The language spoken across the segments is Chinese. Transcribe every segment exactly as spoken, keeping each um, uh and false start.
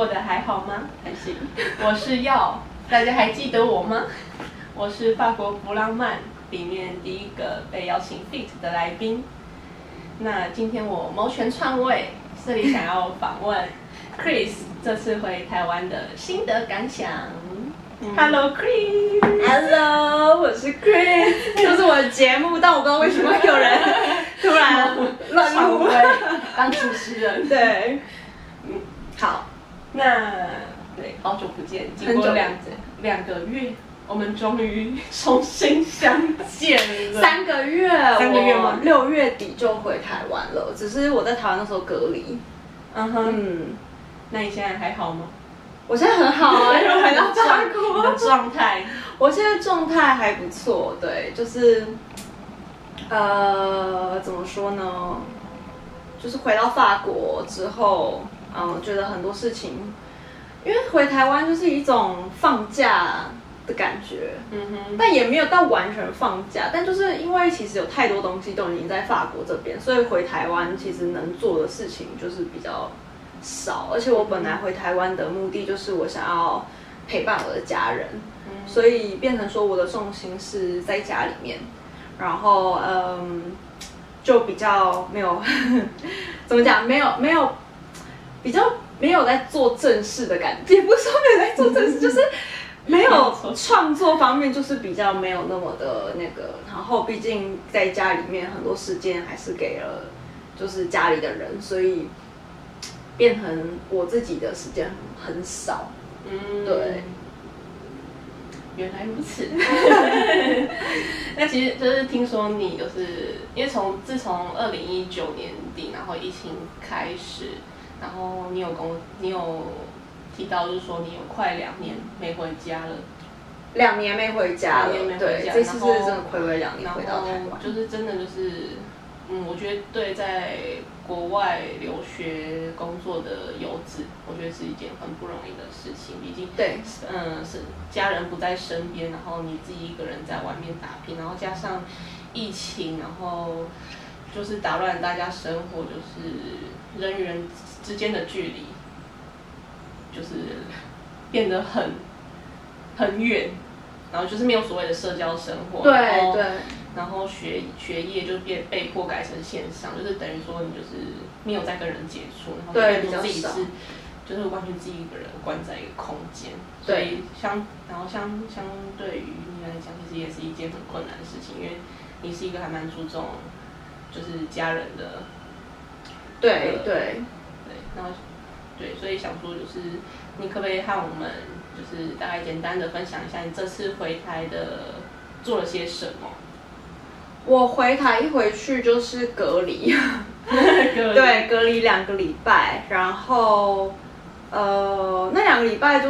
过得还好吗？还行。我是耀，大家还记得我吗？我是法国弗朗曼里面第一个被邀请 feat 的来宾。那今天我谋权篡位，这里想要访问 Chris 这次回台湾的心得感想。嗯、Hello Chris。Hello， 我是 Chris， 这是我的节目，但我不知道为什么有人突然乱入当主持人。 对， 嗯，好，那对，好久不见，经过两两个月，我们终于重新相见了。 三个月， 三个月吗？ 六月底就回台湾了，只是我在台湾那时候隔离。 嗯哼，嗯，那你现在还好吗？ 我现在很好啊，因为回到法国。 你的状态？ 我现在状态还不错，对，就是，呃，怎么说呢？就是回到法国之后，嗯，觉得很多事情，因为回台湾就是一种放假的感觉，嗯哼，但也没有到完全放假，但就是因为其实有太多东西都已经在法国这边，所以回台湾其实能做的事情就是比较少，而且我本来回台湾的目的就是我想要陪伴我的家人，嗯、所以变成说我的重心是在家里面，然后嗯，就比较没有怎么讲，没有没有比较没有在做正事的感觉，也不是说没有在做正事，就是没有创作方面就是比较没有那么的那个，然后毕竟在家里面很多时间还是给了就是家里的人，所以变成我自己的时间很少。嗯，对。 原来如此。那其实就是听说你就是因为从自从二零一九年底，然后疫情开始，然后你有跟我你有提到就是说你有快两年没回家了。 两年没回家了，对，这次是真的睽违两年回到台湾， 就是真的就是，嗯，我觉得对在国外留学工作的游子，我觉得是一件很不容易的事情。毕竟， 对， 嗯，是家人不在身边，然后你自己一个人在外面打拼，然后加上疫情，然后就是打乱大家生活，就是人与人之间的距离，就是变得很很远，然后就是没有所谓的社交生活。 对对。 然后学学业就变被迫改成线上，就是等于说你就是没有在跟人接触，然后对自己是就是完全自己一个人关在一个空间，所以相然后相相对于你来讲，其实也是一件很困难的事情，因为你是一个还蛮注重就是家人的， 对对对，然后对，所以想说就是你可不可以和我们就是大概简单的分享一下你这次回台的做了些什么？ 我回台一回去就是隔离，对，隔离两个礼拜，然后呃，那两个礼拜就是，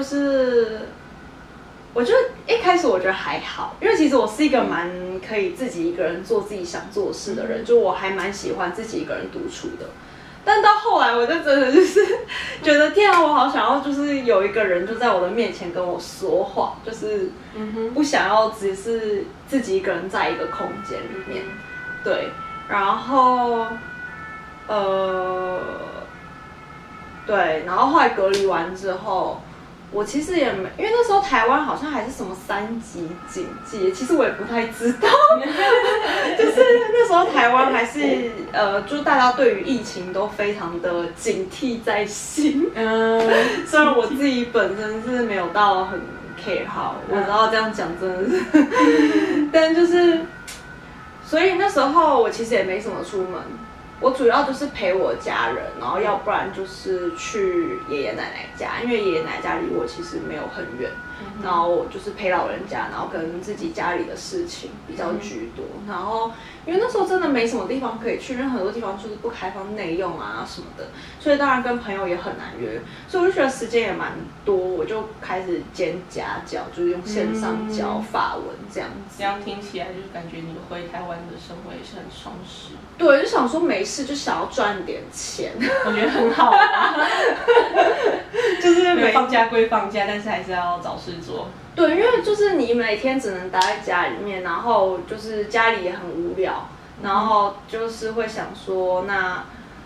我觉得一开始我觉得还好，因为其实我是一个蛮可以自己一个人做自己想做的事的人，就我还蛮喜欢自己一个人独处的。但到后来，我就真的就是觉得，天啊，我好想要，就是有一个人就在我的面前跟我说话，就是不想要只是自己一个人在一个空间里面，对。然后，呃，对，然后后来隔离完之后，我其实也没，因为那时候台湾好像还是什么三级警戒，其实我也不太知道，就是那时候台湾还是呃，就大家对于疫情都非常的警惕在心。嗯，虽然我自己本身是没有到很 care 好，我知道这样讲真的是，但就是，所以那时候我其实也没什么出门。我主要就是陪我家人，然后要不然就是去爷爷奶奶家，因为爷爷奶奶家离我其实没有很远，嗯、然后我就是陪老人家，然后跟自己家里的事情比较居多。嗯、然后因为那时候真的没什么地方可以去，因为很多地方就是不开放内用啊什么的，所以当然跟朋友也很难约，所以我就觉得时间也蛮多，我就开始兼家教，就是用线上教法文这样子。 这样听起来就是感觉你回台湾的生活也是很充实。 对，就想说没事，就想要赚点钱， 我觉得很好啊。就是每放假归放假，但是还是要找事做。 对，因为就是你每天只能待在家里面，然后就是家里也很无聊，然后就是会想说，那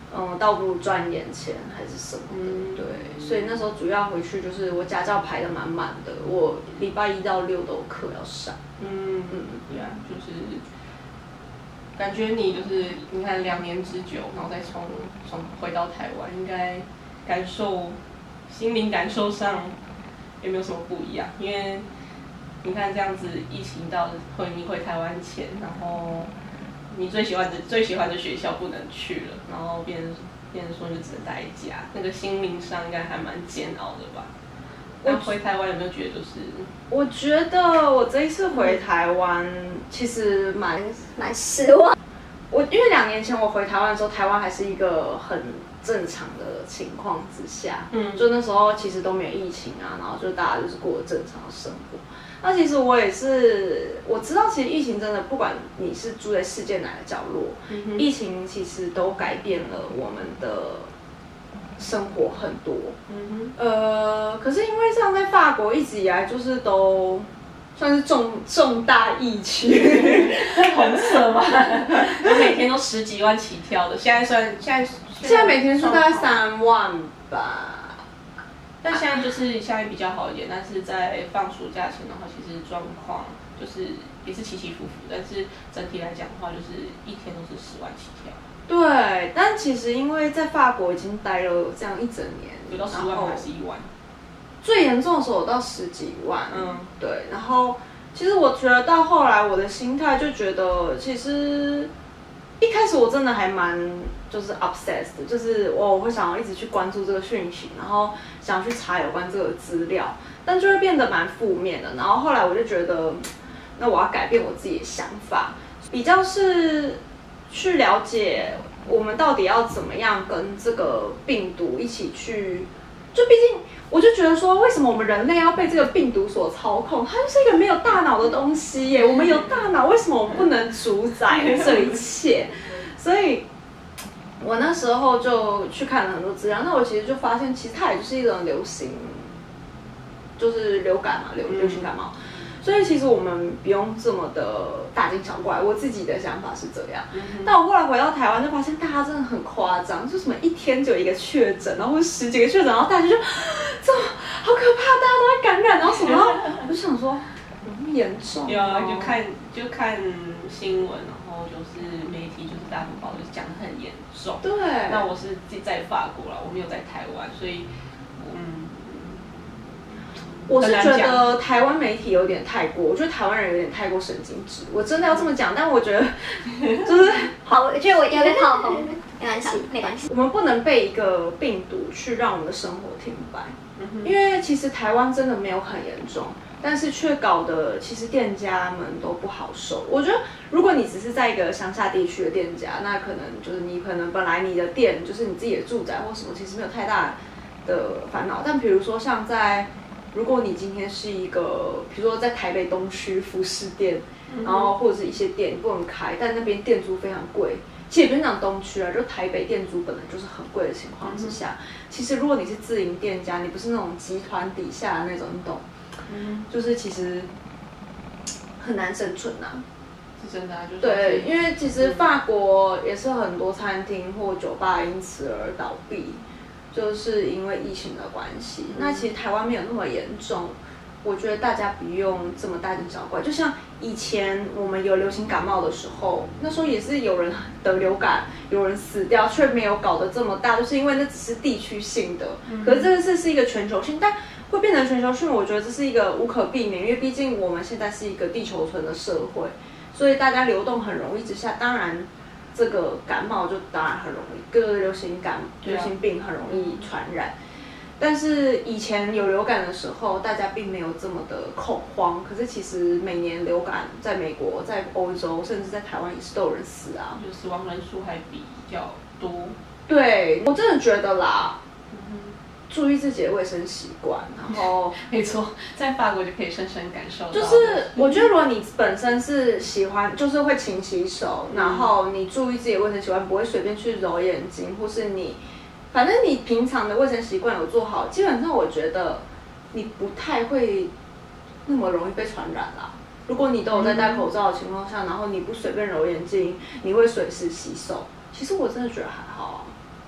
嗯，倒不如赚点钱还是什么的，嗯、对，所以那时候主要回去就是我家教排的满满的，我礼拜一到六都有课要上。 嗯嗯，对啊，就是感觉你就是你看两年之久，然后再从从回到台湾，应该感受心灵感受上有没有什么不一样？因为你看这样子，疫情到回你回台湾前，然后。你最喜欢的最喜欢的学校不能去了，然后变成变成说你就只能待在家，那个心灵上应该还蛮煎熬的吧？那回台湾有没有觉得就是？ 我觉得我这一次回台湾其实蛮蛮失望。 我因为两年前我回台湾的时候，台湾还是一个很正常的情况之下，嗯，就那时候其实都没有疫情啊，然后就大家就是过着正常的生活。那其实我也是，我知道其实疫情真的，不管你是住在世界哪个角落，嗯、疫情其实都改变了我们的生活很多。嗯、呃，可是因为像在法国一直以来就是都算是重重大疫区， 红色嘛，我每天都十几万起跳的，现在算现在现在每天是大概三万吧。 但现在就是现在比较好一点，但是在放暑假前的话，其实状况就是也是起起伏伏，但是整体来讲的话，就是一天都是十万起跳。 对，但其实因为在法国已经待了这样一整年， 有到十万还是一万？ 最严重的时候有到十几万。嗯，对。然后其实我觉得到后来我的心态就觉得，其实一开始我真的还蛮。就是 obsessed 的，就是我会想要一直去关注这个讯息，然后想要去查有关这个资料，但就会变得蛮负面的。然后后来我就觉得，那我要改变我自己的想法，比较是去了解我们到底要怎么样跟这个病毒一起去。就毕竟，我就觉得说，为什么我们人类要被这个病毒所操控？它就是一个没有大脑的东西耶。我们有大脑，为什么我们不能主宰这一切？所以。我那时候就去看了很多资料，那我其实就发现，其实它也就是一种流行，就是流感嘛，流流行感冒。所以其实我们不用这么的大惊小怪。我自己的想法是这样，嗯、但我后来回到台湾就发现，大家真的很夸张，就什么一天就有一个确诊，然后或十几个确诊，然后大家就这么好可怕，大家都在感染，然后什么，然后我就想说，有那么严重？ 有啊，就看就看新闻，然后就是媒体就是大部分报道就是讲得很严重。 对。 那我是自己在法国啦，我没有在台湾，所以嗯。 我是觉得台湾媒体有点太过，我觉得台湾人有点太过神经质。我真的要这么讲，但我觉得就是好，我觉得我一定要被炮轰，没关系，没关系。 我们不能被一个病毒去让我们的生活停摆，嗯、因为其实台湾真的没有很严重，但是却搞得其实店家们都不好受。我觉得如果你只是在一个乡下地区的店家，那可能就是你可能本来你的店就是你自己的住宅或什么，其实没有太大的烦恼。但比如说像在如果你今天是一个，比如说在台北东区服饰店，嗯、然后或者是一些店不能开，但那边店租非常贵。其实也不是讲东区啊，就台北店租本来就是很贵的情况之下，嗯、其实如果你是自营店家，你不是那种集团底下的那种，你懂？嗯，就是其实很难生存呐、啊。 是真的啊，就是对，因为其实法国也是很多餐厅或酒吧因此而倒闭。就是因为疫情的关系，嗯、那其实台湾没有那么严重，我觉得大家不用这么大惊小怪。就像以前我们有流行感冒的时候，那时候也是有人得流感，有人死掉，却没有搞得这么大，就是因为那只是地区性的。嗯、可是这个是是一个全球性，但会变成全球性，我觉得这是一个无可避免，因为毕竟我们现在是一个地球村的社会，所以大家流动很容易之下，当然。这个感冒就当然很容易，各流行感、流行病很容易传染。但是以前有流感的时候，大家并没有这么的恐慌。可是其实每年流感在美国、在欧洲，甚至在台湾也是都有人死啊， 就死亡人数还比较多。 对，我真的觉得啦。嗯注意自己的卫生习惯，然后没错，在法国就可以深深感受到。 就是我觉得，如果你本身是喜欢，就是会勤洗手，嗯、然后你注意自己的卫生习惯，不会随便去揉眼睛，或是你，反正你平常的卫生习惯有做好，基本上我觉得你不太会那么容易被传染啦。如果你都有在戴口罩的情况下，然后你不随便揉眼睛，你会随时洗手，其实我真的觉得还好啊。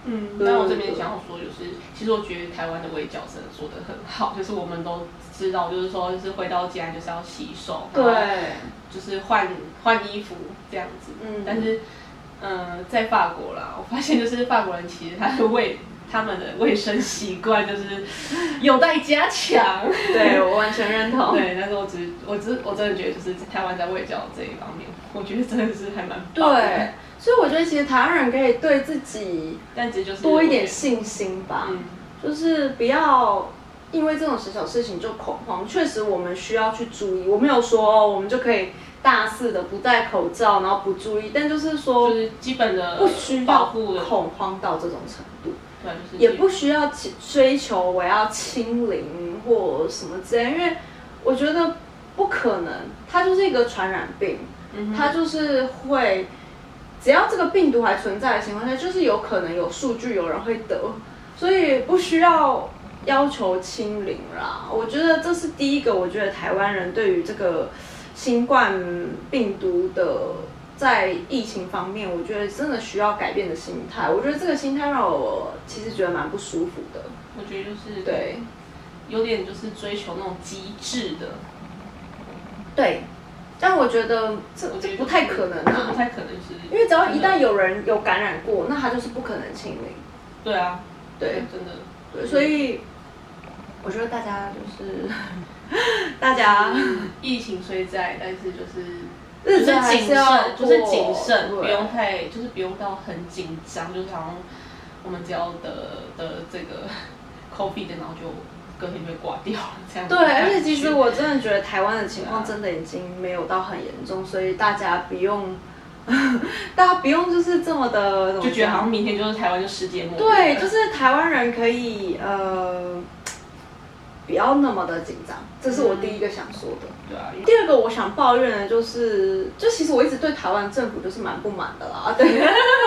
嗯，那我这边想要说，就是其实我觉得台湾的卫教真的做得很好，就是我们都知道，就是说，就是回到家就是要洗手， 对， 就是换换衣服这样子。嗯，但是，嗯、呃，在法国啦，我发现就是法国人其实他的卫他们的卫生习惯就是有待加强。 对，我完全认同。 对，但是我只我只我真的觉得就是台湾在卫教这一方面，我觉得真的是还蛮棒的。 对。所以我觉得其实台湾人可以对自己多一点信心吧，嗯、就是不要因为这种小小事情就恐慌。确实我们需要去注意，我没有说我们就可以大肆的不戴口罩，然后不注意，但就是说， 就是基本的不需要恐慌到这种程度， 对，就是也不需要追求我要清零或什么之类，因为我觉得不可能，它就是一个传染病，嗯、它就是会。只要这个病毒还存在的情况下，就是有可能有数据有人会得，所以不需要要求清零啦。我觉得这是第一个，我觉得台湾人对于这个新冠病毒的在疫情方面，我觉得真的需要改变的心态。我觉得这个心态让我其实觉得蛮不舒服的。 我觉得就是对， 有点就是追求那种机制的， 对。但我觉得这这不太可能啊， 这不太可能是， 因为只要一旦有人有感染过，那他就是不可能清零。 对啊， 对， 真的， 对，所以我觉得大家就是大家疫情虽在，但是就是日子还是要就是谨慎，不用太就是不用到很紧张，就是好像我们只要得得这个 COVID 然后就。隔天就挂掉了，这样。 对，而且其实我真的觉得台湾的情况真的已经没有到很严重，所以大家不用，大家不用就是这么的， 就觉得好像明天就是台湾就世界末日。 对，就是台湾人可以呃，不要那么的紧张，这是我第一个想说的。 嗯、对啊。 第二个我想抱怨的就是，就其实我一直对台湾政府就是蛮不满的啦。对。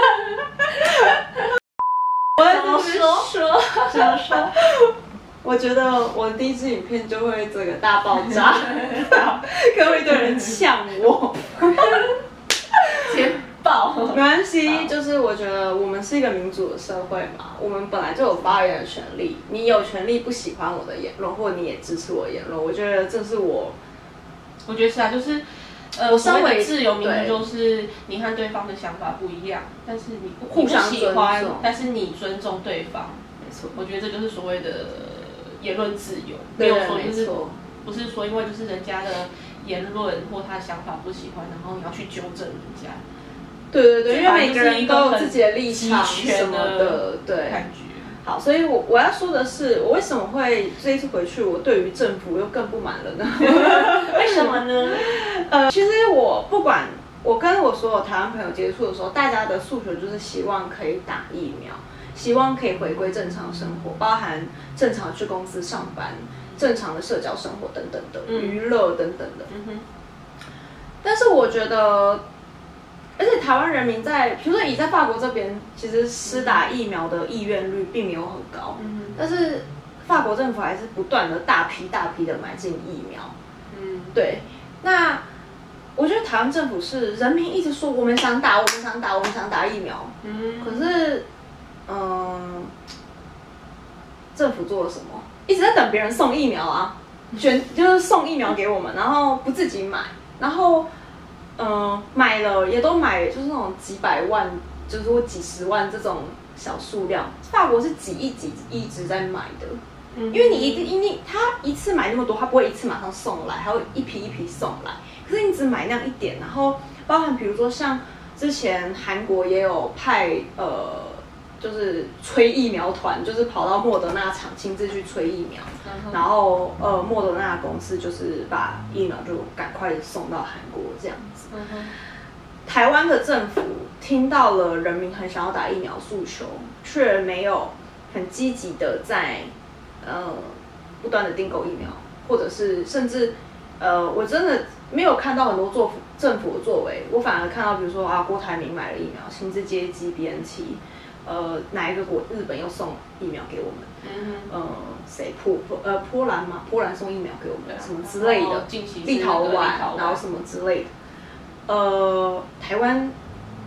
我怎么说？怎么说？ 我觉得我的第一支影片就会这个大爆炸，可能一堆人呛我， 先爆， 没关系，就是我觉得我们是一个民主的社会嘛，我们本来就有发言的权利，你有权利不喜欢我的言论，或你也支持我的言论，我觉得这是我， 我觉得是啊，就是呃，我身为自由民主，就是你和对方的想法不一样，但是你不互相喜欢，但是你尊重对方， 没错， 我觉得这就是所谓的。言论自由，没有说就是不是说因为就是人家的言论或他的想法不喜欢，然后你要去纠正人家。 对对对，因为每个人都有自己的立场什么的，对。 感觉好，所以我我要说的是，我为什么会这一次回去，我对于政府又更不满了呢？ 为什么呢？ 呃，其实我不管我跟我所有台湾朋友接触的时候，大家的诉求就是希望可以打疫苗。希望可以回归正常生活，包含正常去公司上班、正常的社交生活等等的、嗯、娱乐等等的。嗯哼。但是我觉得，而且台湾人民在，比如说以在法国这边，其实施打疫苗的意愿率并没有很高。嗯哼。但是法国政府还是不断的大批大批的买进疫苗。嗯。对。那我觉得台湾政府是人民一直说我们想打，我们想打，我们想打疫苗。嗯。可是。嗯，政府做了什么？一直在等别人送疫苗啊，选就是送疫苗给我们，然后不自己买，然后嗯买了也都买，就是那种几百万，就是说几十万这种小数量。法国是几亿几亿一直在买的，嗯，因为你一定因为他一次买那么多，他不会一次马上送来，还会一批一批送来。可是你只买那样一点，然后包含比如说像之前韩国也有派呃。就是催疫苗团，就是跑到莫德纳厂亲自去催疫苗，嗯、然后呃，莫德纳公司就是把疫苗就赶快送到韩国这样子。嗯、台湾的政府听到了人民很想要打疫苗诉求，却没有很积极的在呃不断的订购疫苗，或者是甚至呃我真的没有看到很多做政府的作为，我反而看到比如说啊郭台铭买了疫苗，薪资阶级 B N T。呃，哪一个国？日本又送疫苗给我们？嗯呃，谁波呃波兰嘛？波兰送疫苗给我们，什么之类的？立陶宛，然后什么之类的。呃，台湾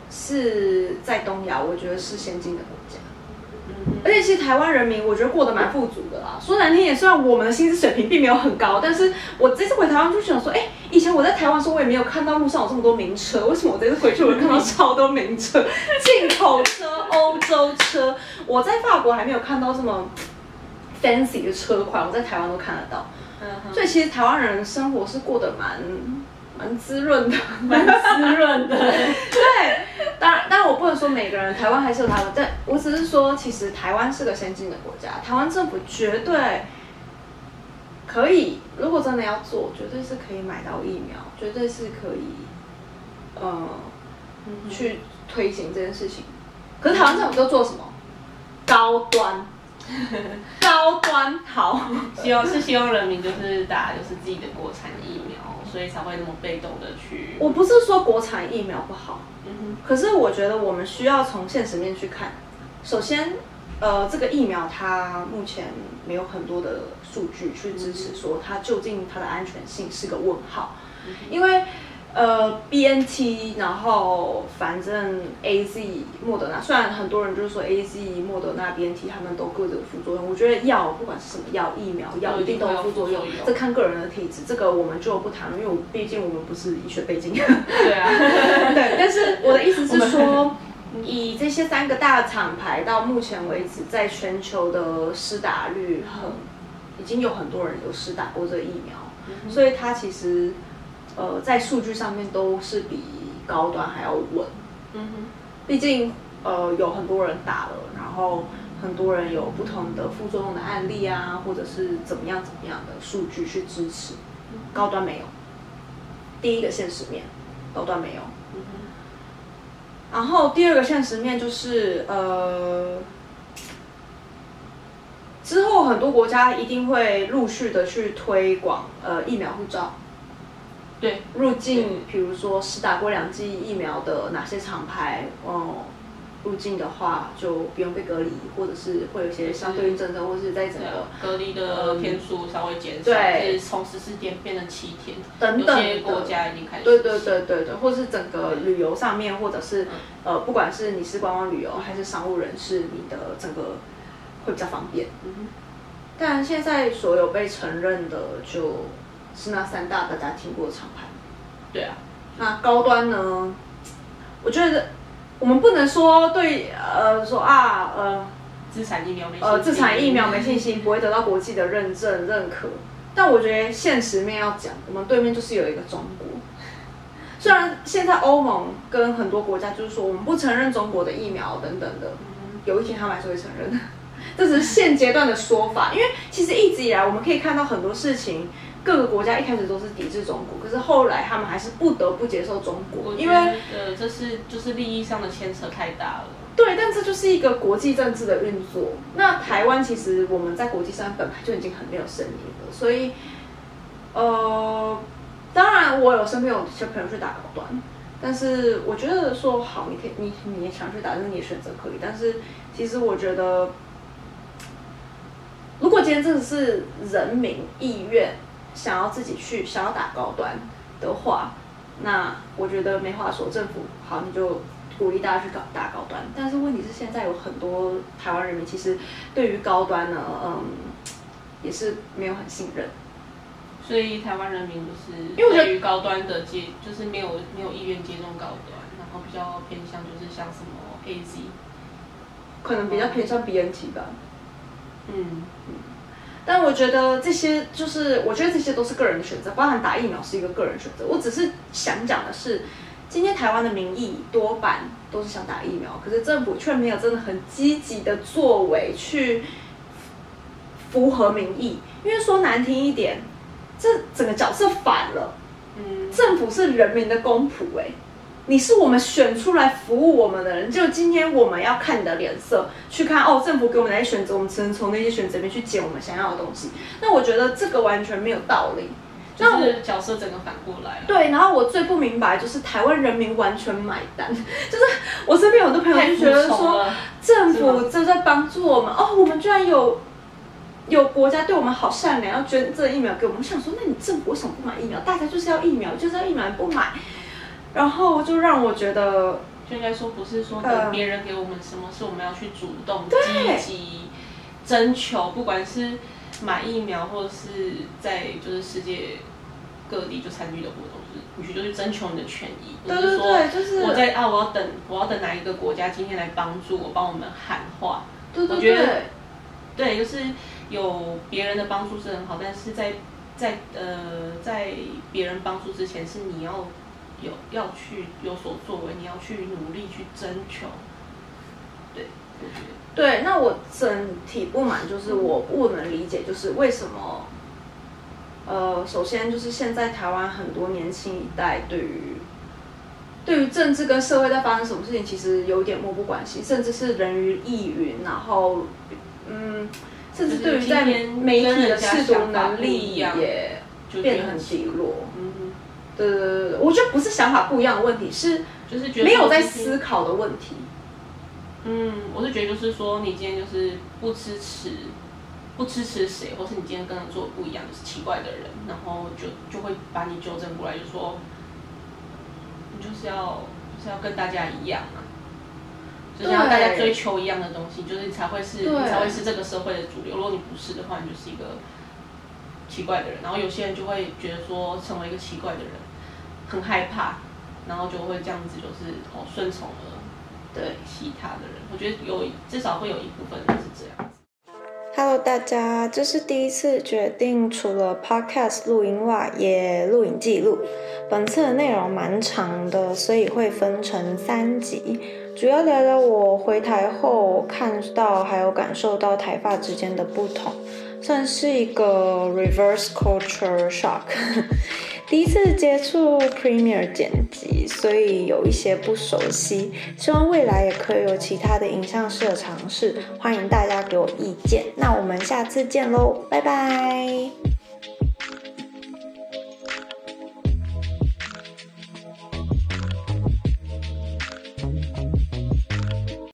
是在东亚，我觉得是先进的国家。而且其实台湾人民，我觉得过得蛮富足的啦。说难听点，虽然我们的薪资水平并没有很高，但是我这次回台湾就想说，哎，以前我在台湾的时候，我也没有看到路上有这么多名车，为什么我这次回去我看到超多名车，进口车、欧洲车？我在法国还没有看到这么 fancy 的车款，我在台湾都看得到。嗯、所以其实台湾人生活是过得蛮蛮滋润的， 蛮滋润的。 对。当然，当然我不能说每个人，台湾还是有台湾，但我只是说，其实台湾是个先進的国家，台湾政府绝对可以，如果真的要做，绝对是可以買到疫苗，絕對是可以，呃，嗯、去推行這件事情。可是台灣政府都做什麼？高端，高端好， 希望是希望人民就是打就是自己的国產疫苗，所以才會那麼被動的去。 我不是說國產疫苗不好。可是我覺得我們需要從現實面去看。首先，呃，這個疫苗它目前沒有很多的數據去支持說它究竟它的安全性是個問號，因為呃 B N T， 然後反正 A Z、莫德納，雖然很多人就是說 A Z、莫德納、B N T 他們都各自有副作用，我覺得藥不管是什麼藥，疫苗藥一定都有副作用，這看個人的體質，這個我們就不談了，因為我畢竟我們不是醫學背景。 對啊， 對，但是我的意思是說，以這些三個大廠牌到目前為止，在全球的施打率很，已經有很多人有施打過這個疫苗，嗯、所以它其實。呃，在數據上面都是比高端還要穩。嗯哼，畢竟呃有很多人打了，然後很多人有不同的副作用的案例啊，或者是怎麼樣怎麼樣的數據去支持。高端沒有，第一個現實面，高端沒有。嗯哼，然後第二個現實面就是呃，之後很多國家一定會陸續的去推廣呃疫苗護照。 对， 入境，比如說施打過兩劑疫苗的哪些廠牌，哦，入境的話就不用被隔離，或者是會有一些相對應政策，或者是在整個隔離的天數稍微減少， 對， 是從十四天變成七天， 等等的， 有些國家已經開始， 對對對對對，或是整個旅遊上面，或者是呃，不管是你是觀光旅遊還是商務人士，你的整個會比較方便。嗯，但現在所有被承認的就是那三大大家聽過的廠牌。對啊，那高端呢？我覺得我們不能說對，呃，說啊，呃， 自產疫苗沒呃，自產疫苗沒信心，不會得到國際的認證認可。但我覺得現實面要講，我們對面就是有一個中國。雖然現在歐盟跟很多國家就是說我們不承認中國的疫苗等等的，有一天他們還是會承認。這只是現階段的說法，因為其實一直以來我們可以看到很多事情。各個國家一開始都是抵制中國，可是後來他們還是不得不接受中國，因為呃，這是就是利益上的牽扯太大了。 對，但這就是一個國際政治的運作。那台灣其實我們在國際上本來就已經很沒有聲音了，所以，呃，當然我有身邊有些朋友去打高端，但是我覺得說好，你可以你你也想去打，那你的選擇可以，但是其實我覺得，如果今天真的是人民意願。想要自己去想要打高端的話，那我覺得沒話說，政府好你就鼓勵大家去搞打高端。但是問題是現在有很多台灣人民其實對於高端呢，嗯，也是沒有很信任。 所以台灣人民就是因為對於高端的接就是沒有沒有意願接種高端，然後比較偏向就是像什麼 A Z， 可能比較偏向 B N T 吧。 嗯嗯。 但我覺得這些就是，我覺得這些都是個人的選擇，包含打疫苗是一個個人選擇。我只是想講的是，今天台灣的民意多半都是想打疫苗，可是政府卻沒有真的很積極的作為去符合民意。因為說難聽一點，這整個角色反了。嗯，政府是人民的公僕，哎。你是我們選出來服務我們的人，就今天我們要看你的臉色，去看哦，政府給我們哪些選擇，我們只能從那些選擇裡面去撿我們想要的東西。那我覺得這個完全沒有道理， 就是角色整個反過來了。 對，然後我最不明白就是台灣人民完全買單，就是我身邊有很多朋友就覺得說，政府就在幫助我們哦，我們居然有有國家對我們好善良，要捐這疫苗給我們。我想說，那你政府為什麼不買疫苗？大家就是要疫苗，就是要疫苗，不買。然後就讓我覺得就应该说不是说等别人给我们什么，是我们要去主动积极征求，不管是买疫苗或者是在就是世界各地就参与的活动，就是你去就是征求你的权益，不是说就是我在啊我要等我要等哪一个国家今天来帮助我，帮我们喊话。 对对对， 我觉得对，就是有别人的帮助是很好，但是在在呃在别人帮助之前，是你要有要去有所作为，你要去努力去征求。对，我觉得。 对，那我整体不满就是我不能理解，就是为什么，呃，首先就是现在台湾很多年轻一代对于对于政治跟社会在发生什么事情，其实有一点漠不关心，甚至是人云亦云，然后嗯，甚至对于在媒体的识读能力也变得很低落。嗯，对对对对，我觉得不是想法不一样的问题，是就是觉得没有在思考的问题。 嗯，我是觉得就是说，你今天就是不支持，不支持谁，或是你今天跟人做不一样，就是奇怪的人，然后就就会把你纠正过来，就说你就是要就是要跟大家一样啊，就是要大家追求一样的东西，就是才会是你才会是这个社会的主流。如果你不是的话，你就是一个奇怪的人。然后有些人就会觉得说，成为一个奇怪的人很害怕，然后就会这样子就是哦顺从了。对其他的人，我觉得有至少会有一部分人是这样子。 Hello， 大家，这是第一次决定除了 Podcast 录音外，也录影记录。本次的内容蛮长的，所以会分成三集，主要聊聊我回台后看到还有感受到台法之间的不同，算是一个 reverse culture shock。第一次接触 Premiere 剪辑，所以有一些不熟悉，希望未来也可以有其他的影像式的尝试，欢迎大家给我意见。那我们下次见喽，拜拜。